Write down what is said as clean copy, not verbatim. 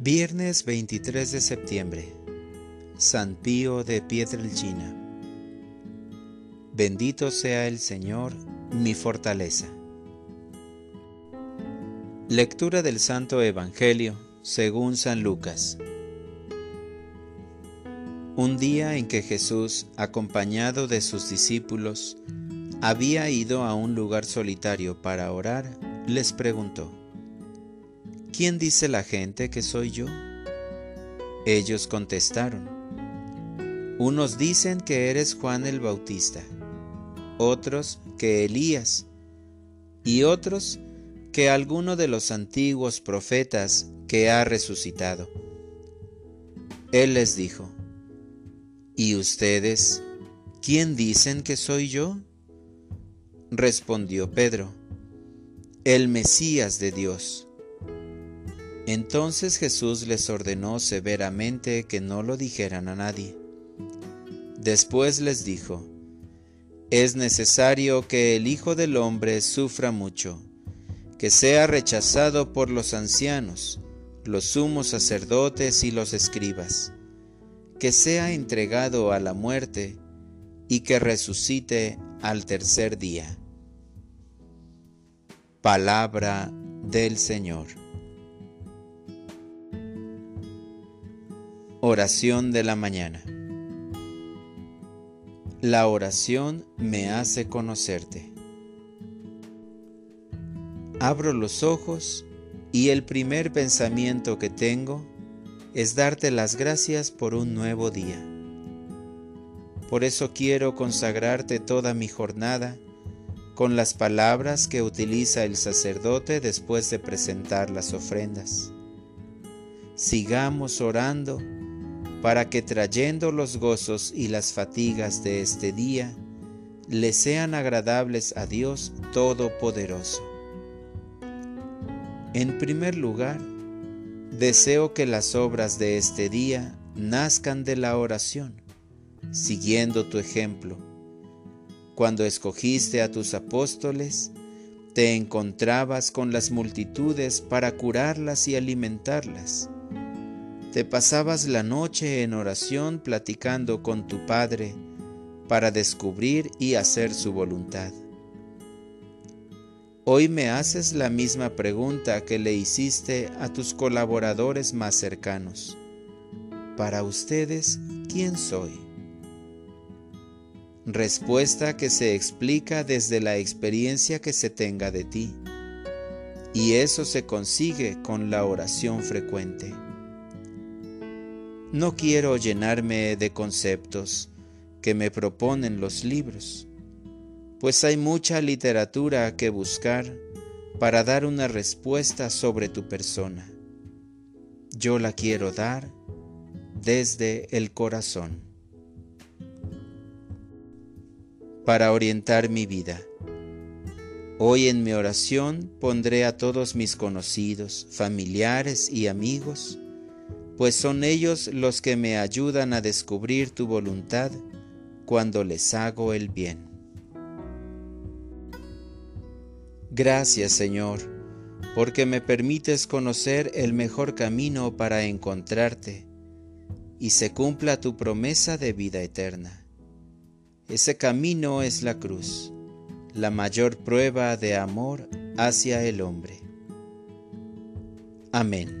Viernes 23 de septiembre. San Pío de Pietrelcina. Bendito sea el Señor, mi fortaleza. Lectura del Santo Evangelio según San Lucas. Un día en que Jesús, acompañado de sus discípulos, había ido a un lugar solitario para orar, les preguntó: ¿Quién dice la gente que soy yo? Ellos contestaron: unos dicen que eres Juan el Bautista, otros que Elías, y otros que alguno de los antiguos profetas que ha resucitado. Él les dijo: ¿y ustedes, quién dicen que soy yo? Respondió Pedro: el Mesías de Dios. Entonces Jesús les ordenó severamente que no lo dijeran a nadie. Después les dijo: es necesario que el Hijo del Hombre sufra mucho, que sea rechazado por los ancianos, los sumos sacerdotes y los escribas, que sea entregado a la muerte y que resucite al tercer día. Palabra del Señor. Oración de la mañana. La oración me hace conocerte. Abro los ojos y el primer pensamiento que tengo es darte las gracias por un nuevo día. Por eso quiero consagrarte toda mi jornada con las palabras que utiliza el sacerdote después de presentar las ofrendas. Sigamos orando para que, trayendo los gozos y las fatigas de este día, le sean agradables a Dios Todopoderoso. En primer lugar, deseo que las obras de este día nazcan de la oración, siguiendo tu ejemplo. Cuando escogiste a tus apóstoles, te encontrabas con las multitudes para curarlas y alimentarlas. Te pasabas la noche en oración platicando con tu Padre para descubrir y hacer su voluntad. Hoy me haces la misma pregunta que le hiciste a tus colaboradores más cercanos. Para ustedes, ¿quién soy? Respuesta que se explica desde la experiencia que se tenga de ti, y eso se consigue con la oración frecuente. No quiero llenarme de conceptos que me proponen los libros, pues hay mucha literatura que buscar para dar una respuesta sobre tu persona. Yo la quiero dar desde el corazón. Para orientar mi vida. Hoy en mi oración pondré a todos mis conocidos, familiares y amigos, pues son ellos los que me ayudan a descubrir tu voluntad cuando les hago el bien. Gracias, Señor, porque me permites conocer el mejor camino para encontrarte y se cumpla tu promesa de vida eterna. Ese camino es la cruz, la mayor prueba de amor hacia el hombre. Amén.